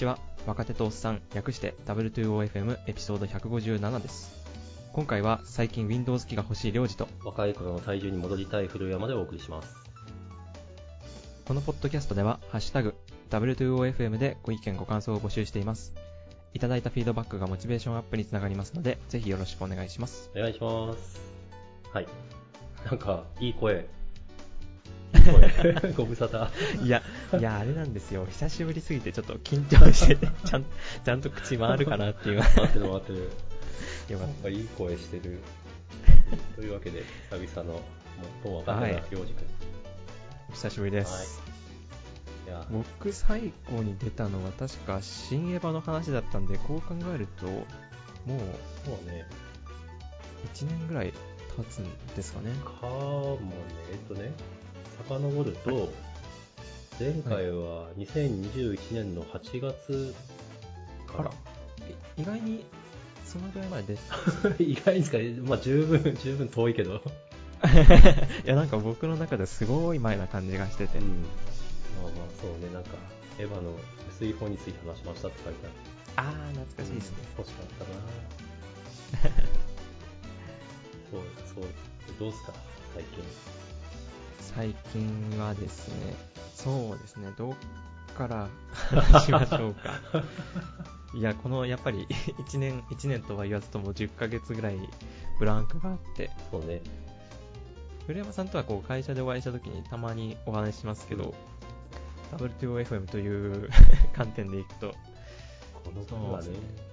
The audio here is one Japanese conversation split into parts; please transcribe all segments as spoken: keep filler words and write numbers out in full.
ちは。若手とおっさん、略して ダブリューツーオーエフエム エピソードひゃくごじゅうななです。今回は最近 Windows 機が欲しい領事と若い頃の体重に戻りたい古山でお送りします。 このポッドキャストではハッシュタグ ダブリューツーオーエフエム でご意見ご感想を募集しています。いただいたフィードバックがモチベーションアップにつながりますので、ぜひよろしくお願いします。 お願いします。はい。なんかいい声。いい声。ご無沙汰。 いやいやあれなんですよ。久しぶりすぎてちょっと緊張しててちゃんちゃんと口回るかなっていう。 回ってる回ってる。 よかった。 なんかいい声してる。というわけで久々の最も若手な領事君。 お久しぶりです。 はいいや僕最後に出たのは確か新エヴァの話だったんで、こう考えるともうもうねいちねんぐらい経つんですかね。 かもねえっとね遡ると、はい、前回はにせんにじゅういちねんのはちがつから、 はい、意外にそのぐらいまでです意外ですかね、まあ十分十分遠いけどいやなんか僕の中ですごい前な感じがしてて、うん、 まあまあそうね、なんかエヴァの薄い方について話しましたって書いてある。 あー懐かしいですね、 うん、欲しかったなそうそうどうすか最近。 最近はですね、そうですね、どっから話しましょうかいやこのやっぱりいちねんいちねんとは言わずともじゅっかげつぐらいブランクがあって、 そうね、 古山さんとはこう会社でお会いした時にたまにお話ししますけど、うん、ダブリューツーオーエフエム という観点でいくとこの時はね、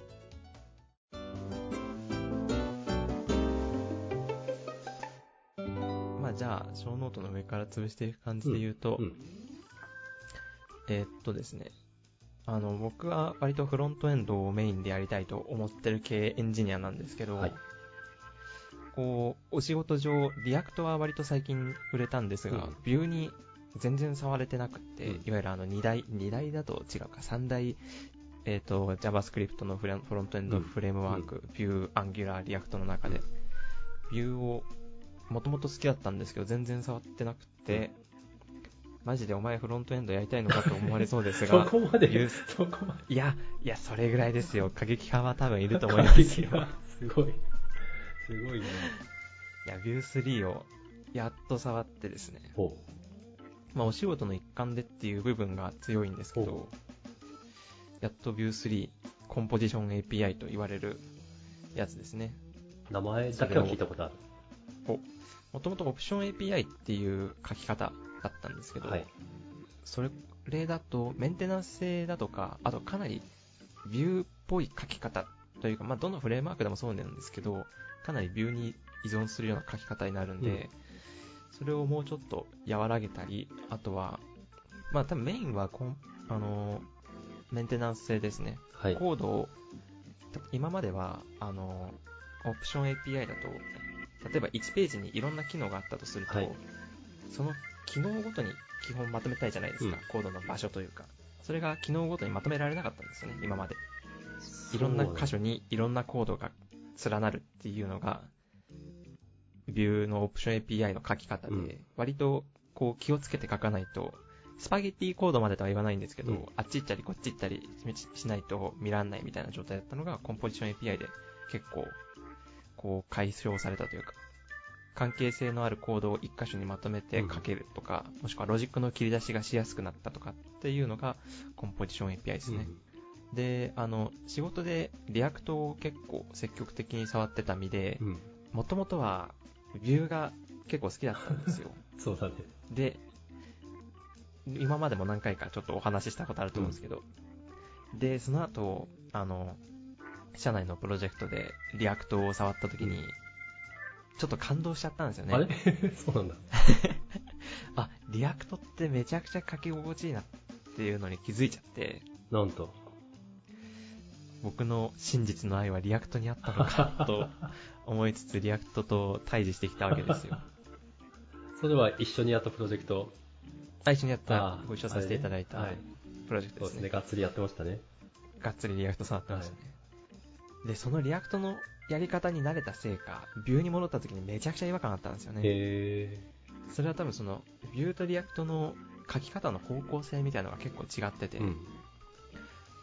まあじゃあ小ノートの上から潰していく感じで言うと、うんうん、えー、っとですねあの僕は割とフロントエンドをメインでやりたいと思ってる系エンジニアなんですけど、はい、こうお仕事上リアクトは割と最近触れたんですが、うん、ビューに全然触れてなくて、うん、いわゆるあのにだいにだいだと違うかさんだい、えー、と JavaScript のフロントエンドフレームワーク、うん、ビュー、Angular、リアクトの中で、うん、ビューをもともと好きだったんですけど全然触ってなくて、マジでお前フロントエンドやりたいのかと思われそうですがそこまでそこまでいやいやそれぐらいですよ。過激派は多分いると思いますよすごいすごいね。 いやビュースリーをやっと触ってですね、まあお仕事の一環でっていう部分が強いんですけど、やっとビュースリーコンポジション エーピーアイ と言われるやつですね。 名前だけは聞いたことある。 もともとオプション エーピーアイ っていう書き方だったんですけど、はい、それだとメンテナンス性だとか、あとかなりビューっぽい書き方というか、まあ、どのフレームワークでもそうなんですけど、かなりビューに依存するような書き方になるんで、うん、それをもうちょっと和らげたり、あとはまあ多分メインはコンあのメンテナンス性ですね、はい、コードを今まではあのオプション エーピーアイ だと例えばいちページにいろんな機能があったとすると、はい、その機能ごとに基本まとめたいじゃないですか、うん、コードの場所というか、それが機能ごとにまとめられなかったんですよね今まで。いろんな箇所にいろんなコードが連なるっていうのがビューのオプション エーピーアイ の書き方で、うん、割とこう気をつけて書かないと、スパゲティコードまでとは言わないんですけど、うん、あっち行ったりこっち行ったりしないと見らんないみたいな状態だったのがコンポジション エーピーアイ で結構こう解消されたというか、関係性のあるコードを一箇所にまとめて書けるとか、うん、もしくはロジックの切り出しがしやすくなったとかっていうのがコンポジション エーピーアイ ですね、うん、で、あの仕事でリアクトを結構積極的に触ってた身で、もともとはビューが結構好きだったんですよそうだね。 で今までも何回かちょっとお話ししたことあると思うんですけど、うん、でその後あの社内のプロジェクトでリアクトを触った時に、うん、ちょっと感動しちゃったんですよね。 あれそうなんだあ、リアクトってめちゃくちゃ書き心地いいなっていうのに気づいちゃって、 なんと僕の真実の愛はリアクトにあったのかと思いつつリアクトと対峙してきたわけですよそれは一緒にやったプロジェクト。 あ、一緒にやったご一緒させていただいたプロジェクトですね。 そうですね、がっつりやってましたね。 がっつりリアクト触ってましたね、はい、でそのリアクトのやり方に慣れたせいかビューに戻った時にめちゃくちゃ違和感あったんですよね。 へー。 それは多分そのビューとリアクトの書き方の方向性みたいなのが結構違ってて、うん、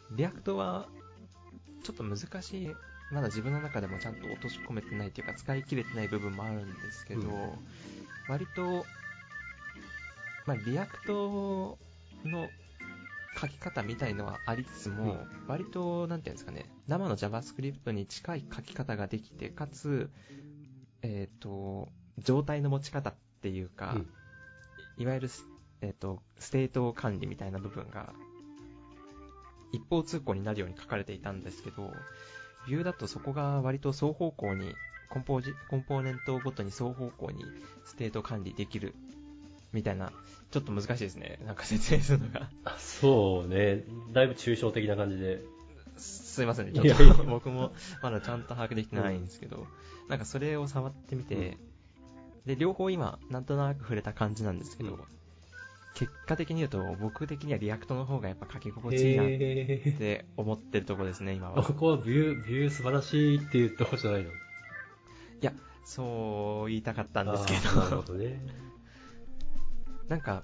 リアクトはちょっと難しい、まだ自分の中でもちゃんと落とし込めてないというか使い切れてない部分もあるんですけど、うん、割と、まあ、リアクトの書き方みたいのはありつつも、うん、割となんていうんですかね、生の JavaScript に近い書き方ができて、かつ、えっと、状態の持ち方っていうか、うん、いわゆる、えっと、ステート管理みたいな部分が一方通行になるように書かれていたんですけど、ビューだとそこが割と双方向にコンポージ、コンポーネントごとに双方向にステート管理できるみたいな、ちょっと難しいですね、なんか説明するのが。 そうね、だいぶ抽象的な感じで。 すいませんね、ちょっと僕もまだちゃんと把握できてないんですけど、うん、なんかそれを触ってみて、うん、で、両方今、なんとなく触れた感じなんですけど、うん、結果的に言うと、僕的にはリアクトの方がやっぱ書き心地いいなって思ってるところですね、今は。 ここはビュー、ビュー素晴らしいっていうところじゃないの？いや、そう言いたかったんですけど。 なるほどね。 なんか、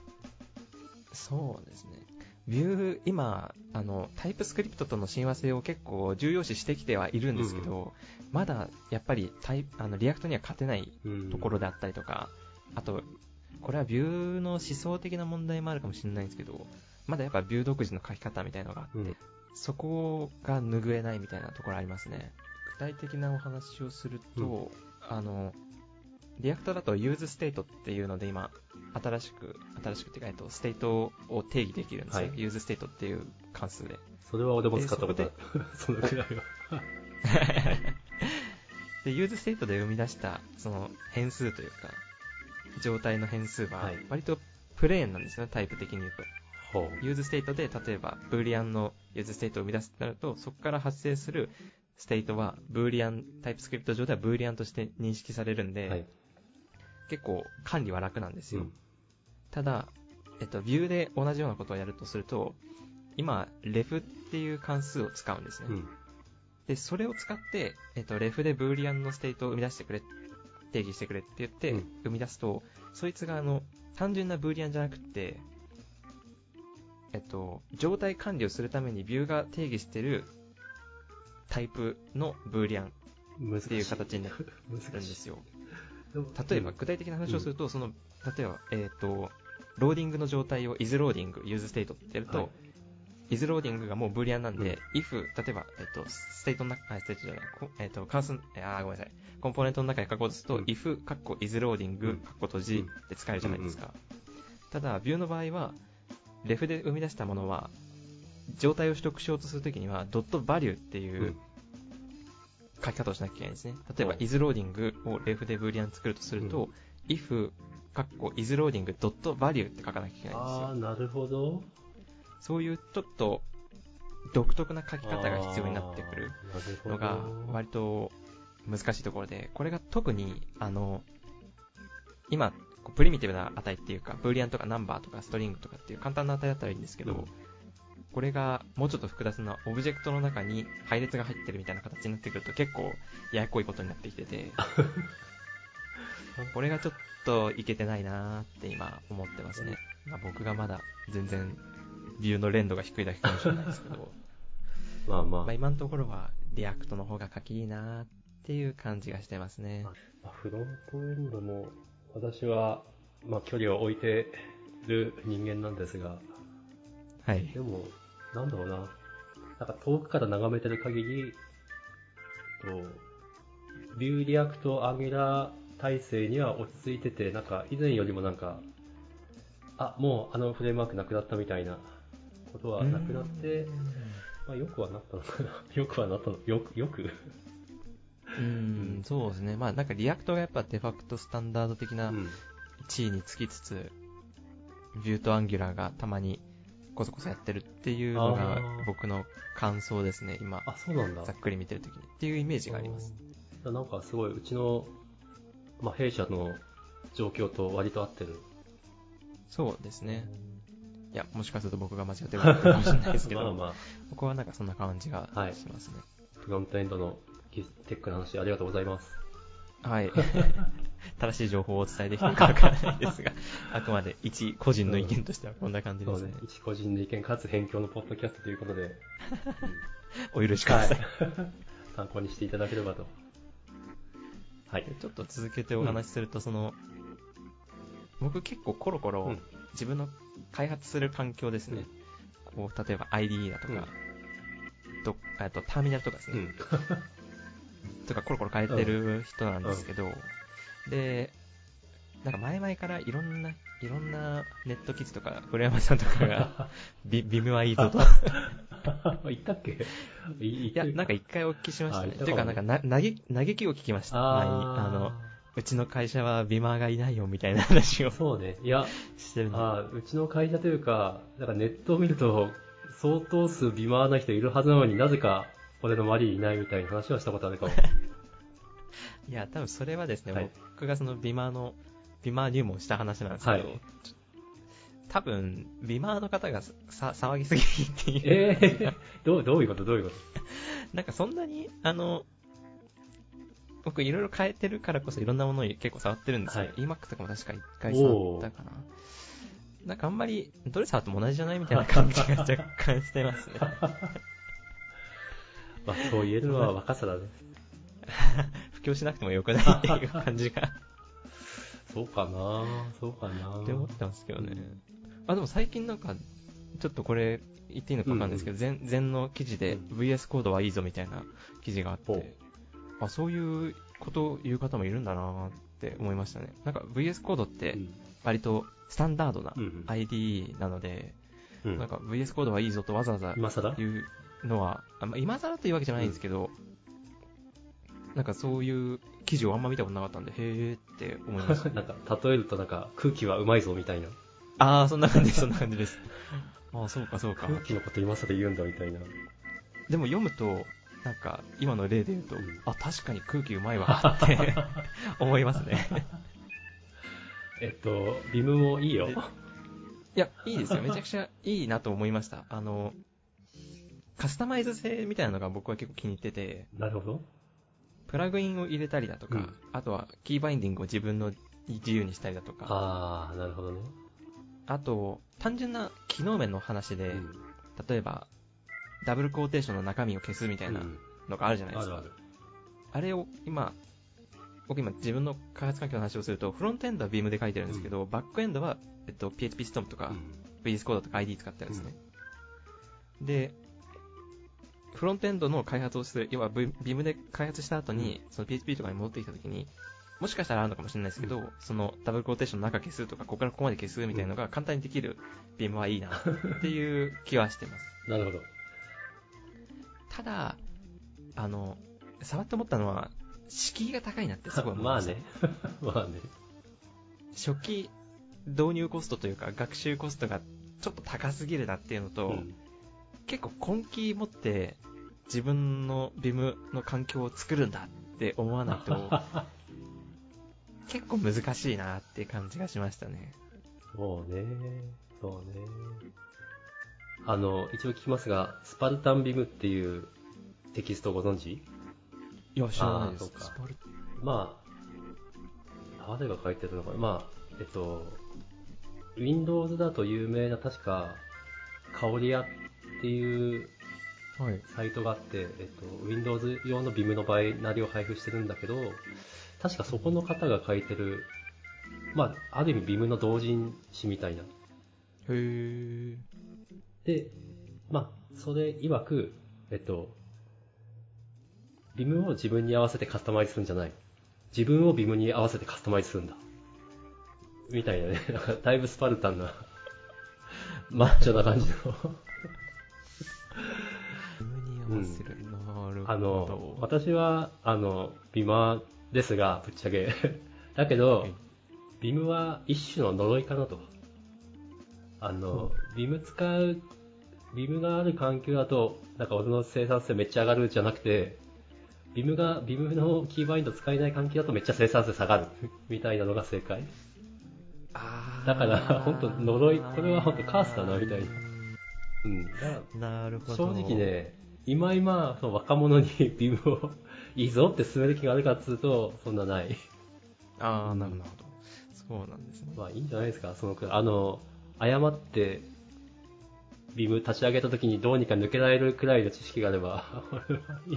そうですね。ビュー、今、あの、タイプスクリプトとの親和性を結構重要視してきてはいるんですけど、うん、まだやっぱりタイあのリアクトには勝てないところであったりとか、うん、あと、これはビューの思想的な問題もあるかもしれないんですけど、まだやっぱビュー独自の書き方みたいなのがあって、うん、そこが拭えないみたいなところありますね。具体的なお話をすると、うん、あの、リアクトだとユーズステートっていうので今、新しく、新しくっていうか、えっと、ステートを定義できるんですよ。はい、ユーズステートっていう関数で。 それは俺も使ったことある。そのくらいは。 で、ユーズステートで生み出した、その変数というか、状態の変数は、割とプレーンなんですよね、タイプ的に言うと。はい、ユーズステートで、例えば、ブーリアンのユーズステートを生み出すとなると、そこから発生するステートは、ブーリアン、タイプスクリプト上ではブーリアンとして認識されるんで、はい、結構管理は楽なんですよ。うん、ただ、えっと、ビューで同じようなことをやるとすると、今、レフっていう関数を使うんですね。うん、で、それを使って、えっと、レフでブーリアンのステートを生み出してくれ、定義してくれって言って、生み出すと、うん、そいつがあの、単純なブーリアンじゃなくて、えっと、状態管理をするためにビューが定義してるタイプのブーリアンっていう形になるんですよ。例えば、具体的な話をすると、うん、その、例えば、えっと、ローディングの状態を isLoading、useState ってやると、はい、isLoading がもうブーリアンなんで、うん、if、例えば、えっと、ステートの中、あ、ステートじゃない、えっと、関数、あ、ごめんなさい、コンポーネントの中に書こうとすると、うん、if、カッコ isLoading、カッコ閉じで使えるじゃないですか。うんうん、ただ、ビューの場合は、レフで生み出したものは、状態を取得しようとするときには、ドットバリューっていう、うん、書き方をしなきゃいけないんですね。例えば、isLoading をレフでブーリアン作るとすると、うん、if、カッコ isLoading.value って書かなきゃいけないんですよ。 あー、なるほど。 そういうちょっと独特な書き方が必要になってくるのが割と難しいところで、これが特に、あの、今、プリミティブな値っていうか、ブーリアンとかナンバーとかストリングとかっていう簡単な値だったらいいんですけど、うん、これがもうちょっと複雑なオブジェクトの中に配列が入ってるみたいな形になってくると結構ややこいことになってきててこれがちょっといけてないなーって今思ってますね。まあ、僕がまだ全然ビューの連度が低いだけかもしれないですけどまあまあ、 まあ今のところはリアクトの方が書きいいなーっていう感じがしてますね。 まあ、フロントエンドも私は、まあ、距離を置いてる人間なんですが、 はい。 でも、なんだろうな。なんか遠くから眺めてる限り、と、ビューリアクトアンギュラー体制には落ち着いてて、なんか以前よりもなんか、あ、もうあのフレームワークなくなったみたいなことはなくなって、まあよくはなったのかな。よくはなったの。よく、よく。 うーん、そうですね。まあなんかリアクトがやっぱデファクトスタンダード的な地位につきつつ、うん、ビューとアンギュラーがたまにこそこそやってるっていうのが僕の感想ですね、今。 あ、そうなんだ。 ざっくり見てるときに。っていうイメージがあります。 なんかすごい、うちの、まあ、弊社の状況と割と合ってる。 そうですね。いや、もしかすると僕が間違ってるかもしれないですけど、まあまあ、僕はなんかそんな感じがしますね。 はい、フロントエンドのテックの話ありがとうございます。 はい。 正しい情報をお伝えできているかわからないですが、あくまで一個人の意見としてはこんな感じですね。 そうね、一個人の意見かつ辺境のポッドキャストということで、 お許しください。 はい、参考にしていただければと。はい。 ちょっと続けてお話しすると、うん、その、僕結構コロコロ自分の開発する環境ですね。うん、こう例えば アイディー だとか、うん、とあとターミナルとかですね。うんとかコロコロ変えてる人なんですけど、うん、で、なんか前々からいろんな、いろんなネット記事とか、古山さんとかが、ビ、ビムはいいぞと。 言ったっけいや、なんか一回お聞きしましたね。というか、なんかな、嘆き、嘆きを聞きました。前に、あの、うちの会社はビマーがいないよみたいな話を。 そうね。いや、 してるの。 あうちの会社というか、なんかネットを見ると、相当数ビマーな人いるはずなのになぜか、俺の周りにいないみたいな話はしたことあるかも。 いや、多分それはですね、 はい、 僕がそのビマーの、ビマー入門した話なんですけど、はい、多分、ビマーの方がさ騒ぎすぎっていう。 えー、どう、どういうことどういうことなんかそんなに、あの、僕いろいろ変えてるからこそいろんなものに結構触ってるんですよ。はい、イーマック とかも確か一回触ったかな。なんかあんまり、どれ触っても同じじゃないみたいな感じが若干してますね。 まあ、そう言えるのは若さだね。 布教しなくてもよくないっていう感じが。 そうかなそうかなって思ってますけどね。あ、でも最近なんか、ちょっとこれ言っていいのかわかんないですけど、前、前の記事で ブイエス コードはいいぞみたいな記事があって、あ、そういうことを言う方もいるんだなって思いましたね。なんか ブイエス コードって割とスタンダードな アイディー なので、なんか ブイエス コードはいいぞとわざわざ言うのは、あまあ、今更というわけじゃないんですけど、うん、なんかそういう記事をあんま見たことなかったんで、へーって思いました、ね。 なんか例えるとなんか空気はうまいぞみたいな。 ああ、そんな感じです、そんな感じです。ああ、そうかそうか。 空気のこと今更言うんだみたいな。 でも読むと、なんか今の例で言うと、うん、あ、確かに空気うまいわって思いますね。 えっと、ビムもいいよ。 いや、いいですよ。めちゃくちゃいいなと思いました。あの、カスタマイズ性みたいなのが僕は結構気に入ってて。 なるほど。 プラグインを入れたりだとか、うん、あとはキーバインディングを自分の自由にしたりだとか。 ああ、なるほどね。 あと、単純な機能面の話で、うん、例えば、ダブルコーテーションの中身を消すみたいなのがあるじゃないですか。うん、あるある。あれを今、僕今自分の開発環境の話をすると、フロントエンドは ビーム で書いてるんですけど、うん、バックエンドは、えっと、ピーエイチピー ストームとか、うん、ブイエス コードとか アイディー 使ってるんですね。うん、で、フロントエンドの開発をする、要は ビーム で開発した後に、その ピーエイチピー とかに戻ってきたときに、もしかしたらあるのかもしれないですけど、うん、そのダブルコーテーションの中消すとか、ここからここまで消すみたいなのが簡単にできる ビーム はいいなっていう気はしてます。 なるほど。 ただ、あの、触って思ったのは、敷居が高いなってすごい思いました。 まあね。まあね。 初期導入コストというか、学習コストがちょっと高すぎるなっていうのと、うん、結構根気持って自分の ビーム の環境を作るんだって思わないと、結構難しいなって感じがしましたね。 そうね。そうね。あの、一応聞きますが、スパルタンビムっていうテキストをご存知？ いや、知らないです。 そうか。スパルまあ、誰が書いてるのかな。まあ、えっと、Windows だと有名な確か、カオリアっていうサイトがあって、はい、えっと、Windows 用の ビム のバイナリを配布してるんだけど、確かそこの方が書いてる、まあ、ある意味 ビム の同人誌みたいな。 へー。 で、まあ、それ曰く、えっと、ビム を自分に合わせてカスタマイズするんじゃない。自分を ビム に合わせてカスタマイズするんだ。みたいなね。なんかだいぶスパルタンな、マッチョな感じの。 ビム に合わせる、うん。なるほど。 あの、私は、あの、ビマですが、ぶっちゃけ。だけど、ビム は一種の呪いかなと。あの、うん、ビム 使う、ビム がある環境だと、なんか俺の生産性めっちゃ上がるじゃなくて、ビム が、ビム のキーバインド使えない環境だとめっちゃ生産性下がる。みたいなのが正解。 あだから、本当呪い、これは本当カースだな、みたいな。うん。だからなるほど。 正直ね、今今、その若者にビムをいいぞって進める気があるかっつうと、そんなない。 ああ、なるほど。そうなんですね。 まあいいんじゃないですか、そのくらい。あの、誤って、ビーム立ち上げた時にどうにか抜けられるくらいの知識があれば、俺はいい。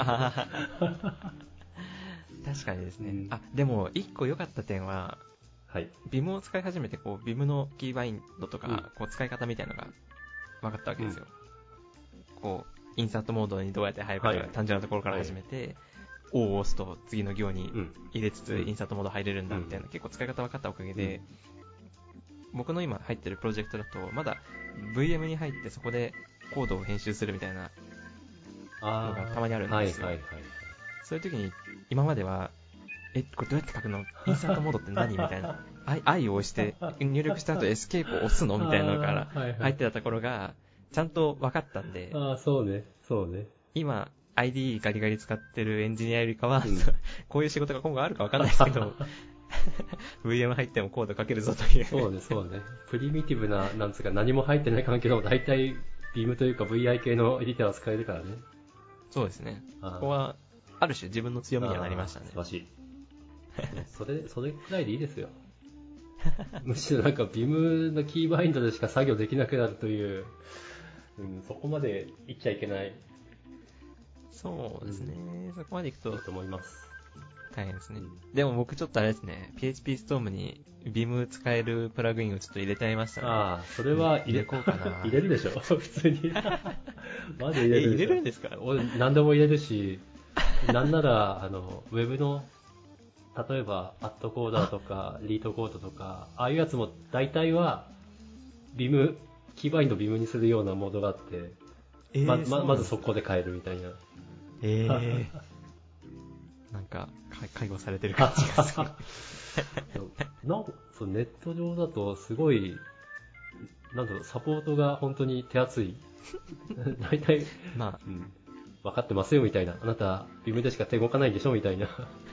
確かにですね。 うん、 あ、でも、一個良かった点は、 はい。 ビームを使い始めて、こう、ビームのキーバインドとか、 うん、 こう、使い方みたいなのが分かったわけですよ。うん、こう、インサートモードにどうやって入るかとか、単純なところから始めて、はい、O を押すと次の行に入れつつ、インサートモード入れるんだみたいな、結構使い方分かったおかげで、うん、僕の今入ってるプロジェクトだと、まだ ブイエム に入ってそこでコードを編集するみたいなのがたまにあるんですよ。はいはいはいはい、そういう時に、今までは、え、これどうやって書くの？インサートモードって何みたいな。I, I を押して、入力した後エスケープを押すのみたいなのから入ってたところが、ちゃんと分かったんで。 ああ、そうね、そうね。 今、アイディー ガリガリ使ってるエンジニアよりかは、うん、こういう仕事が今後あるか分かんないですけど、ブイエム 入ってもコード書けるぞという。 そうね、そうね。プリミティブな、なんつうか何も入ってない環境でも大体、ビームというか ブイアイ 系のエディターは使えるからね。 そうですね。ここは、ある種自分の強みにはなりましたね。 素晴らしい。それ、それくらいでいいですよ。むしろなんか ビーム のキーバインドでしか作業できなくなるという、うん、そこまでいっちゃいけない。 そうですね。うん、そこまでいくと。 いいと思います。 大変ですね。うん、でも僕ちょっとあれですね、ピーエイチピー Storm に ビーム 使えるプラグインをちょっと入れてありましたね。 ああ、それは入れこうかな。入れるでしょ普通に。まず入れるでしょ。え、 入れるんですか？ 俺何でも入れるし、なんなら、あの、ウェブの、例えば、アットコーダーとか、リートコードとか、ああいうやつも大体は、ビーム、キーバインドビームにするようなモードがあって、えー、ま, ま, まずそこで変えるみたいな。 えー、なんか、介護されてる感じがする。 なんそうネット上だとすごい、なんだろう、サポートが本当に手厚い。大体、まあ、うん、分かってますよみたいな。あなた、ビームでしか手動かないんでしょみたいな。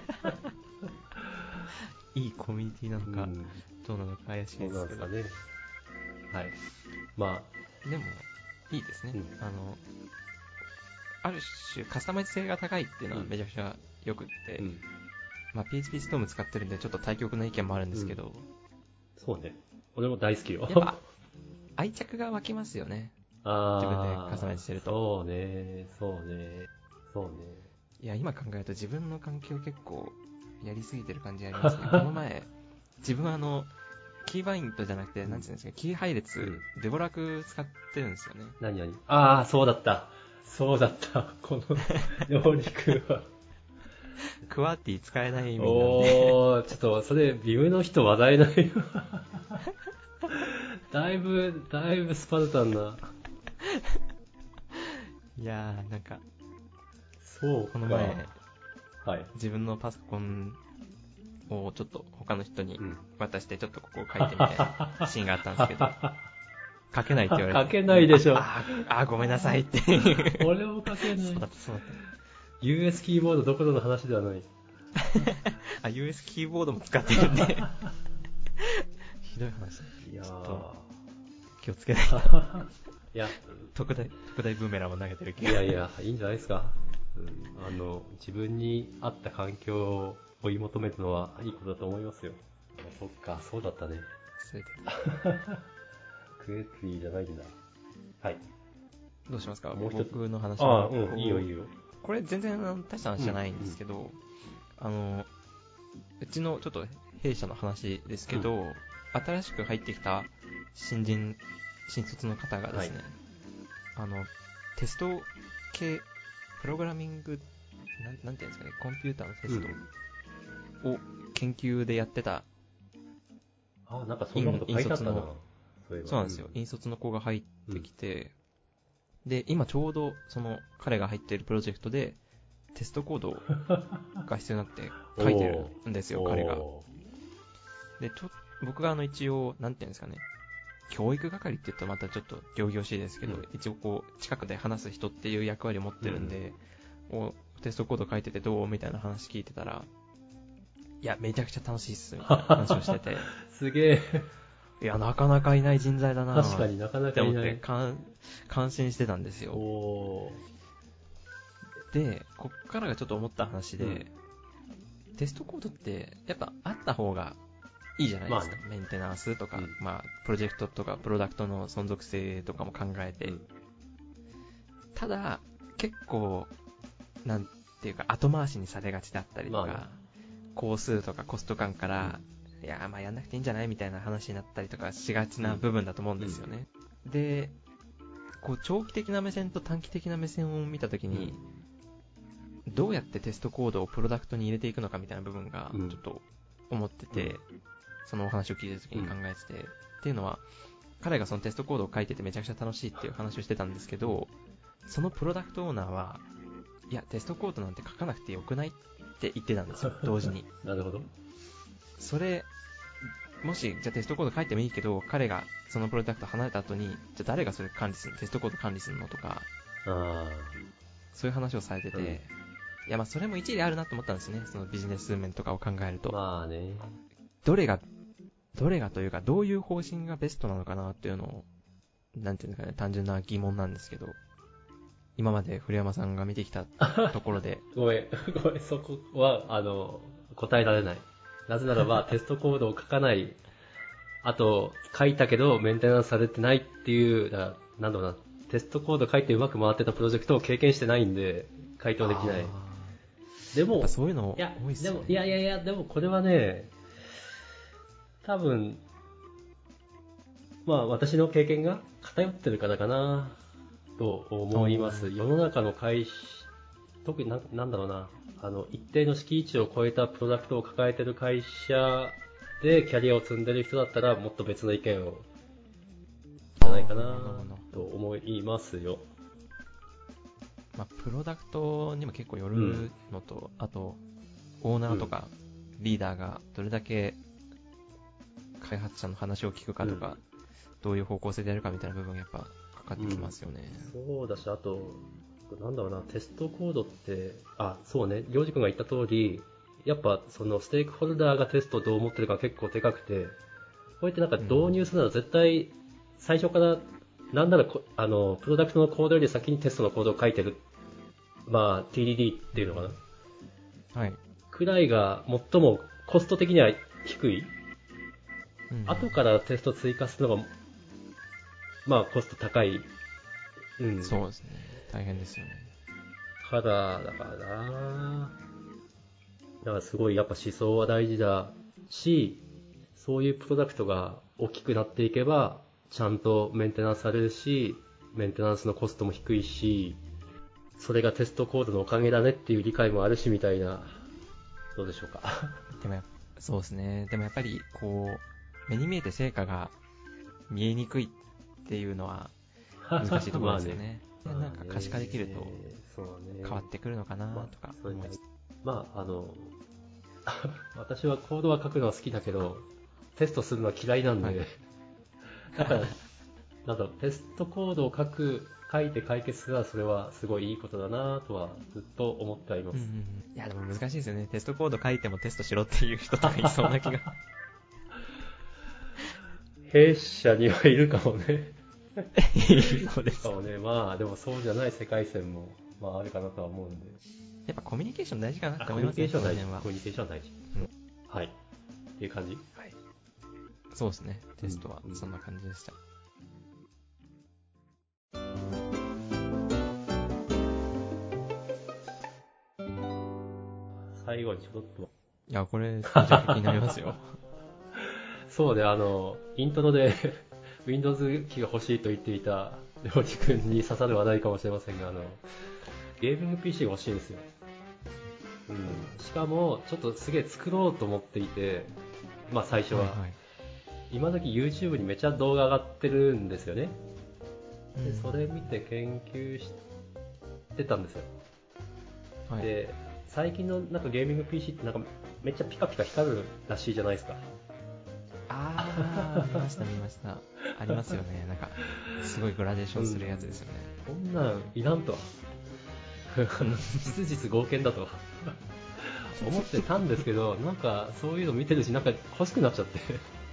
いいコミュニティなのか、うん、どうなのか怪しいですけど。そうなんですかね。はい。まあ。でも、いいですね。うん、あの、ある種カスタマイズ性が高いっていうのはめちゃくちゃ良くって、うん、まあ ピーエイチピー Storm 使ってるんでちょっと対極の意見もあるんですけど、うん、 そうね。俺も大好きよ。 やっぱ愛着が湧きますよね。あ自分でカスタマイズしてると。 そうね、そうね、そうね。 いや今考えると自分の環境結構やりすぎてる感じありますね。この前自分はあのキーバインドじゃなくて、なんていうんですか、キー配列、うん、デボラク使ってるんですよね。 何々ああ、そうだった。そうだった。この能力は。 クワーティ使えない意味なんで。 おー、ちょっと、それ、ビムの人話題ない。だいぶ、だいぶスパルタンな。 いやー、なんか、 そうか。 この前、 はい、 自分のパソコンをちょっと他の人に渡して、ちょっとここを書いてみたいなシーンがあったんですけど、書けないって言われて。 書けないでしょ。 ああ、ごめんなさいって。 俺も書けない。 そうだった、そうだった。 ユーエス キーボードどころの話ではない。 あ、ユーエス キーボードも使ってるんで。ひどい話。いやー。気をつけないと。 いや、 特大、特大ブーメランを投げてる気が。いやいや、いいんじゃないですか。うん、あの、自分に合った環境を追い求めるのはいいことだと思いますよ。そっか、そうだったね。 忘れてた。 クエツリーじゃないんだ。はい。 どうしますか？もう一つ僕の話は。ああ、うん、いいよいいよ。 これ全然大した話じゃないんですけど、うんうん、あの、うちのちょっと弊社の話ですけど、うん、新しく入ってきた新人、新卒の方がですね、はい、あの、テスト系、プログラミング、なん、なんていうんですかね、コンピューターのテストを研究でやってた、 うん、あ、なんかそんなこと書いてあったな。 そうそうなんですよ。引率の子が入ってきて、うん、で、今ちょうどその彼が入っているプロジェクトでテストコードが必要になって書いてるんですよ、彼が。で、ちょ、僕があの一応、なんていうんですかね、教育係って言ったらまたちょっと仰々しいですけど、うん、一応こう、近くで話す人っていう役割を持ってるんで、うん、テストコード書いててどうみたいな話聞いてたら、いや、めちゃくちゃ楽しいっす、みたいな話をしてて。 すげえ。 いや、なかなかいない人材だなぁ。 確かになかなかいない。 って思って感心してたんですよ。おで、こっからがちょっと思った話で、うん、 テストコードってやっぱあった方がいいじゃないですか。 まあね、 メンテナンスとか、 うん、 まあ、プロジェクトとかプロダクトの存続性とかも考えて。うん、ただ、結構、なんていうか後回しにされがちだったりとか、まあね、工数とかコスト感から、うん、いや、まあやんなくていいんじゃないみたいな話になったりとかしがちな部分だと思うんですよね。うん、で、こう長期的な目線と短期的な目線を見たときに、うん、どうやってテストコードをプロダクトに入れていくのかみたいな部分がちょっと思ってて、うん、そのお話を聞いたときに考えてて、うん、っていうのは彼がそのテストコードを書いててめちゃくちゃ楽しいっていう話をしてたんですけど、そのプロダクトオーナーはいやテストコードなんて書かなくてよくないって言ってたんですよ、同時に。 なるほど。それもしじゃあテストコード書いてもいいけど、彼がそのプロダクト離れた後に、じゃあ誰がそれ管理するの、テストコード管理するのとか、あそういう話をされてて、うん、いやまあそれも一理あるなと思ったんですね、そのビジネス面とかを考えると。 まあね。 どれが、どれがというか、どういう方針がベストなのかなっていうのを、なんていうのかね、単純な疑問なんですけど、今まで古山さんが見てきたところで。 ごめん、ごめん、そこは、あの、答えられない。なぜならば、テストコードを書かない、あと、書いたけどメンテナンスされてないっていう、だなんだろうな、テストコード書いてうまく回ってたプロジェクトを経験してないんで、回答できない。でも、 そういうの多いっすよね。 いや、でも、いやいやいや、でもこれはね、多分、まあ私の経験が偏ってるからかな、と思います。世の中の会社、特にな、なんだろうな、あの、一定の敷地を超えたプロダクトを抱えてる会社でキャリアを積んでる人だったらもっと別の意見をじゃないかなと思いますよ。 まあ、プロダクトにも結構よるのと、うん、あとオーナーとかリーダーがどれだけ開発者の話を聞くかとか、うん、どういう方向性でやるかみたいな部分がやっぱかかってきますよね。 うん、そうだし、あとなんだろうな、テストコードって、あ、そうね、りょうじくんが言った通り、やっぱそのステークホルダーがテストをどう思ってるか結構でかくて、こうやってなんか導入するなら絶対最初からなんならあのプロダクトのコードより先にテストのコードを書いてる、まあ ティーディーディー っていうのかな、はい、くらいが最もコスト的には低い、うん、後からテスト追加するのがまあコスト高い、 うん、そうですね、大変ですよね。 から、だからなだからすごいやっぱ思想は大事だし、そういうプロダクトが大きくなっていけば、ちゃんとメンテナンスされるし、メンテナンスのコストも低いし、それがテストコードのおかげだねっていう理解もあるしみたいな、どうでしょうか。 でもやそうですね。でもやっぱりこう、目に見えて成果が見えにくいっていうのは難しいところですよね。まあね、なんか可視化できると変わってくるのかなとか思います。 まあ、あの、私はコードは書くのは好きだけど、テストするのは嫌いなんで、はい、だから、なんだろう、テストコードを書く、書いて解決するのはそれはすごいいいことだなとはずっと思ってはいます。うんうんうん、いやでも難しいですよね。テストコード書いてもテストしろっていう人とかいそうな気が。 弊社にはいるかもね。 そうですかもね。まあでもそうじゃない世界線も、まあ、あるかなとは思うんで。 やっぱコミュニケーション大事かなと思いますね。 コミュニケーション大事。コミュニケーション大事。うん、はい。っていう感じ？ はい。そうですね。テストはそんな感じでした。 うん、最後にちょっと。 いや、これ、めちゃくちゃ気になりますよ。 そうで、あの、イントロでWindows 機が欲しいと言っていたりょうじくんに刺さる話題かもしれませんが、あの、ゲーミング ピーシー が欲しいんですよ。うん。しかも、ちょっとすげえ作ろうと思っていて、まあ最初は。はいはい、今時 YouTube にめちゃ動画上がってるんですよね。で、それ見て研究してたんですよ。はい、で、最近のなんかゲーミング ピーシー ってなんかめっちゃピカピカ光るらしいじゃないですか。 あー、見ました見ました。ありますよね。なんか、すごいグラデーションするやつですよね。 うん、こんなんいらんと。質実剛健だと思ってたんですけど、なんかそういうの見てるし、なんか欲しくなっちゃって。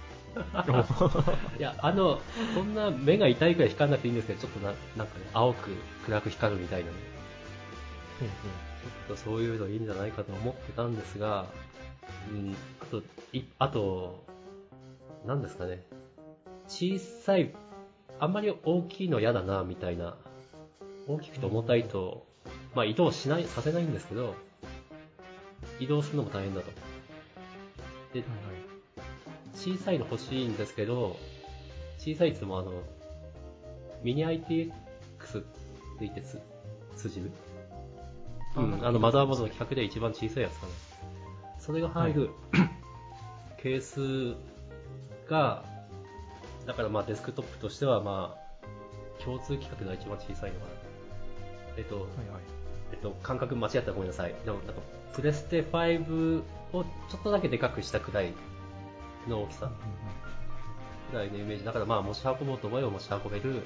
いや、あの、そんな目が痛いくらい光らなくていいんですけど、ちょっとな、なんかね、青く暗く光るみたいなね。ちょっとそういうのいいんじゃないかと思ってたんですが、 うん、あと、いあと、なんですかね。小さい、あんまり大きいの嫌だな、みたいな。大きくて重たいと、まあ移動しない、させないんですけど、移動するのも大変だと。で、小さいの欲しいんですけど、小さいって言ってもあの、ミニ アイティーエックス って言ってつ通じる、うん、あのマザーボードの規格で一番小さいやつかな。それが入る、はい、ケースが、だからまあデスクトップとしてはまあ、共通規格が一番小さいのかな。えっと、はいはい、えっと、感覚間違ったらごめんなさい。でもなんか、プレステファイブをちょっとだけでかくしたくらいの大きさくらいのイメージ。だからまあ持ち運ぼうと思えば持ち運べる。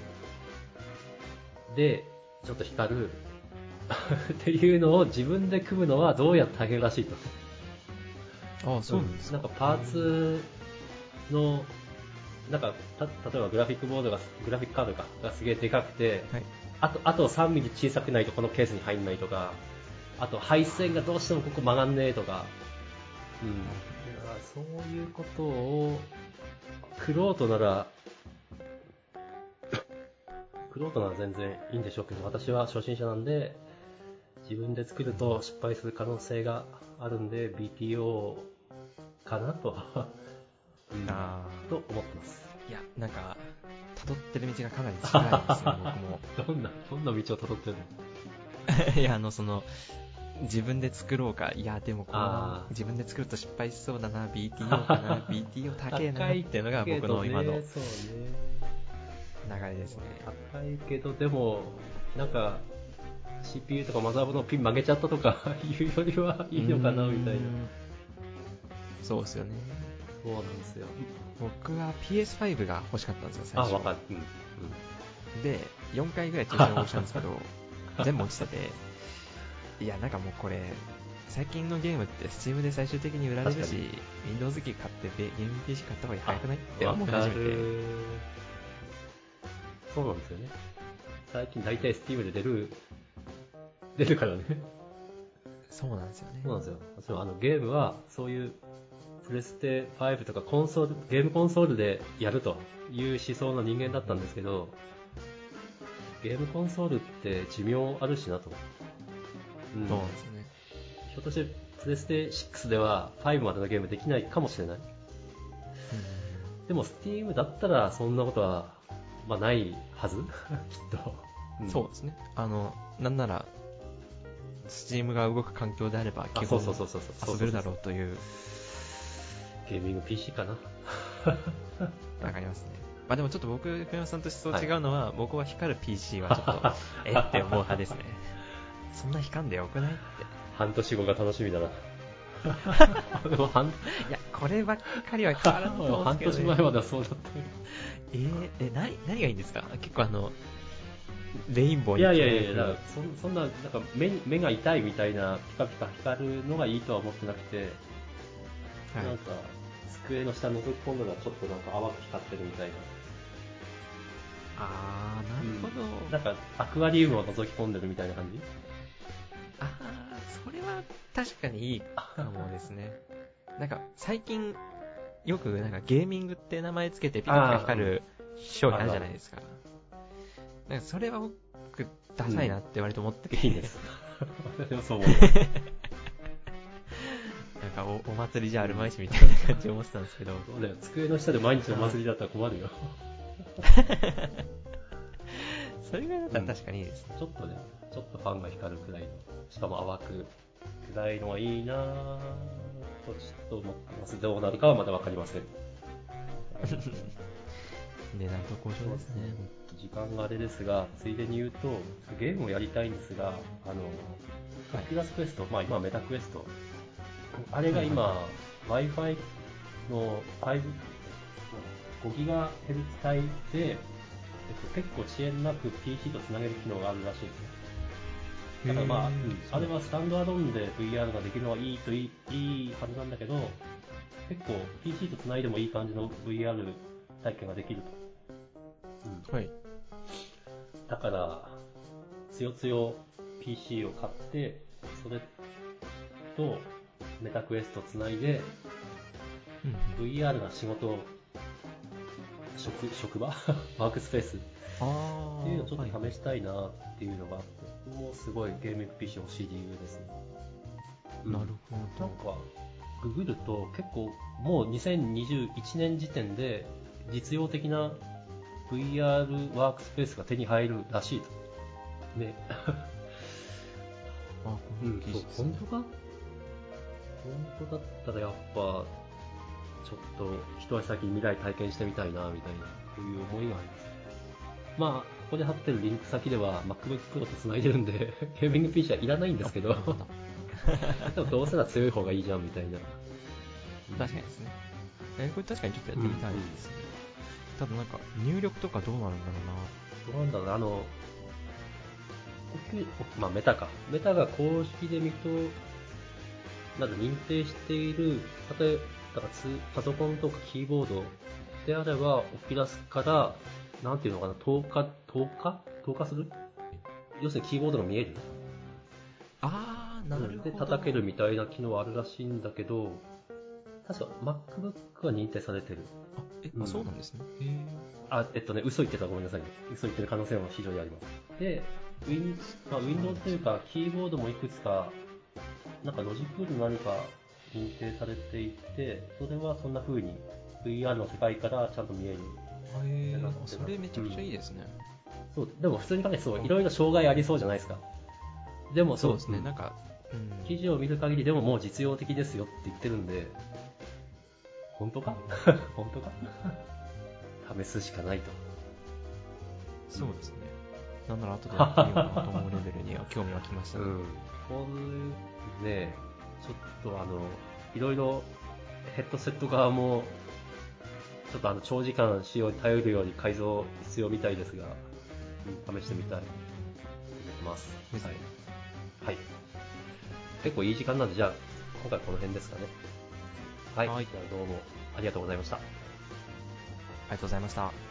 で、ちょっと光る。っていうのを自分で組むのはどうやって大変らしいと。 ああ、そうなんですか。 なんかパーツの、なんか、た、例えばグラフィックボードが、グラフィックカードか、がすげえでかくて、はい、あと、あとさんミリ小さくないとこのケースに入んないとか、あと配線がどうしてもここ曲がんねえとか、うん。いやそういうことを、クロートなら、クロートなら全然いいんでしょうけど、私は初心者なんで、自分で作ると失敗する可能性があるんで、ビーティーオー かなと、うん、あと思ってます。 いや、なんか、辿ってる道がかなり近いですね、僕も。 どんな、どんな道を辿ってるのいや、あの、その、自分で作ろうか、いや、でもこの、自分で作ると失敗しそうだな、ビーティーオー かな、ビーティーオー 高えなっていうのが僕の今の流れですね。 高いけど、でも、なんか、シーピーユー とかマザーボードのピン曲げちゃったとかいうよりはいいのかなみたいな。 そうですよね。 そうなんですよ。 僕は ピーエスファイブ が欲しかったんですよ、最初。 あ、わかる。うんうん、で、よんかいぐらい抽選応募したんですけど、全部落ちてて、いや、なんかもうこれ、最近のゲームって Steam で最終的に売られるし、Windows 機買ってゲーム ピーシー 買った方が早くないって思い始めて。 そうなんですよね。最近大体 Steam で出る、出るからね。 そうなんですよね。 そうなんですよ。私もあのゲームはそういうプレステファイブとかコンソール、ゲームコンソールでやるという思想の人間だったんですけど、ゲームコンソールって寿命あるしなと。 うん、そうなんですよね。 ひょっとしてプレステシックスではファイブまでのゲームできないかもしれない。うん、でも Steam だったらそんなことは、まあ、ないはずきっと、 うん。そうですね。あの、なんなら、Steam が動く環境であれば基本遊べるだろうという。 ゲーミング ピーシー かな。 わかりますね。まあでもちょっと僕、福山さんと思想違うのは、はい、僕は光る ピーシー はちょっと、えって思う派ですね。そんな光んでよくないって。 半年後が楽しみだな。 でも半いや、こればっかりは変わらんと思うんですけど、ね、 半年前まではそうだったよ。 えー、え、何、何がいいんですか？結構あの、レインボーに。 いやいやいや、だからそ、そんな、なんか目、目が痛いみたいな、ピカピカ光るのがいいとは思ってなくて、はい、なんか、机の下覗き込んだらちょっとなんか淡く光ってるみたいな。 あー、なるほど、 うん。なんか、アクアリウムを覗き込んでるみたいな感じ？ あー、それは確かにいいかもですね。なんか、最近、よくなんかゲーミングって名前つけてピカピカ光る商品あるじゃないですか。なんかそれは僕、ダサいなって割と思ってて、 うん、いいです。でもそう思う。 なんか お, お祭りじゃあるまいしみたいな感じで思ってたんですけど。 そうだよ、机の下で毎日お祭りだったら困るよ。 それぐらいだったら確かにいいです、 うん、ちょっとね、ちょっとファンが光るくらいの、しかも淡くくらいのはいいなぁとちょっと思ってます。どうなるかはまだわかりません。 値段と交渉ですね。 時間があれですが、ついでに言うと、ゲームをやりたいんですが、あの、オキュラスクエスト、まあ今メタクエスト、あれが今、Wi-Fi のごギガヘルツ 帯で、えっと、結構遅延なく ピーシー とつなげる機能があるらしいんですね。だからまあ、うん、あれはスタンドアローンで ブイアール ができるのはいいといい、いいはずなんだけど、結構 ピーシー とつないでもいい感じの ブイアール 体験ができると。 うん、はい。 だから、つよつよ ピーシー を買って、それと、 メタクエストつないで、 うん、 ブイアール な仕事、職、職場ワークスペースっていうのをちょっと試したいなっていうのがあって、もうすごいゲーミング ピーシー 欲しい理由ですね。 うん、なるほど。 なんか、ググると結構もうにせんにじゅういちねん時点で実用的な ブイアール ワークスペースが手に入るらしいと。ね。 あ、 うん、そう、本当か？本当だったらやっぱ、ちょっと一足先に未来体験してみたいな、みたいな、そういう思いがあります。まあ、ここで貼ってるリンク先では MacBook Pro と繋いでるんで、ゲーミング ピーシー はいらないんですけど、でもどうせなら強い方がいいじゃん、みたいな。 確かにですね。え、これ確かにちょっとやってみたいですね。うんうん、ただなんか、入力とかどうなるんだろうな。 どうなんだろう、あの、まあ、メタか。メタが公式で見と、なんか認定している、例えば、パソコンとかキーボードであれば、オキュラスから、なんていうのかな、透過、透過透過する？要するにキーボードが見える？ あー、なるほど。 で、叩けるみたいな機能はあるらしいんだけど、確か MacBook は認定されてる。 あ、え、うん、あ、そうなんですね。へー。 あ、えっとね、嘘言ってたらごめんなさいね。嘘言ってる可能性も非常にあります。で、Win、まあ、Windows というか、キーボードもいくつか、なんかロジクールの何か認定されていて、それはそんな風に ブイアール の世界からちゃんと見える。 へー、それめちゃくちゃいいですね。 うん、そう、でも普通に考えてそう、いろいろ障害ありそうじゃないですか。でもそうですね、うん、なんか、 うん、記事を見る限りでももう実用的ですよって言ってるんで、本当か本当か試すしかないと。 そうですね。なんなら後でやってみようかなと思うレベルには興味はきましたね。 うん。こういうね、ちょっとあの、いろいろヘッドセット側も、ちょっとあの長時間使用に頼るように改造必要みたいですが、うん、試してみたいと思います。はい。はい。結構いい時間なんで、じゃあ、今回この辺ですかね。はい。はい、じゃあどうもありがとうございました。ありがとうございました。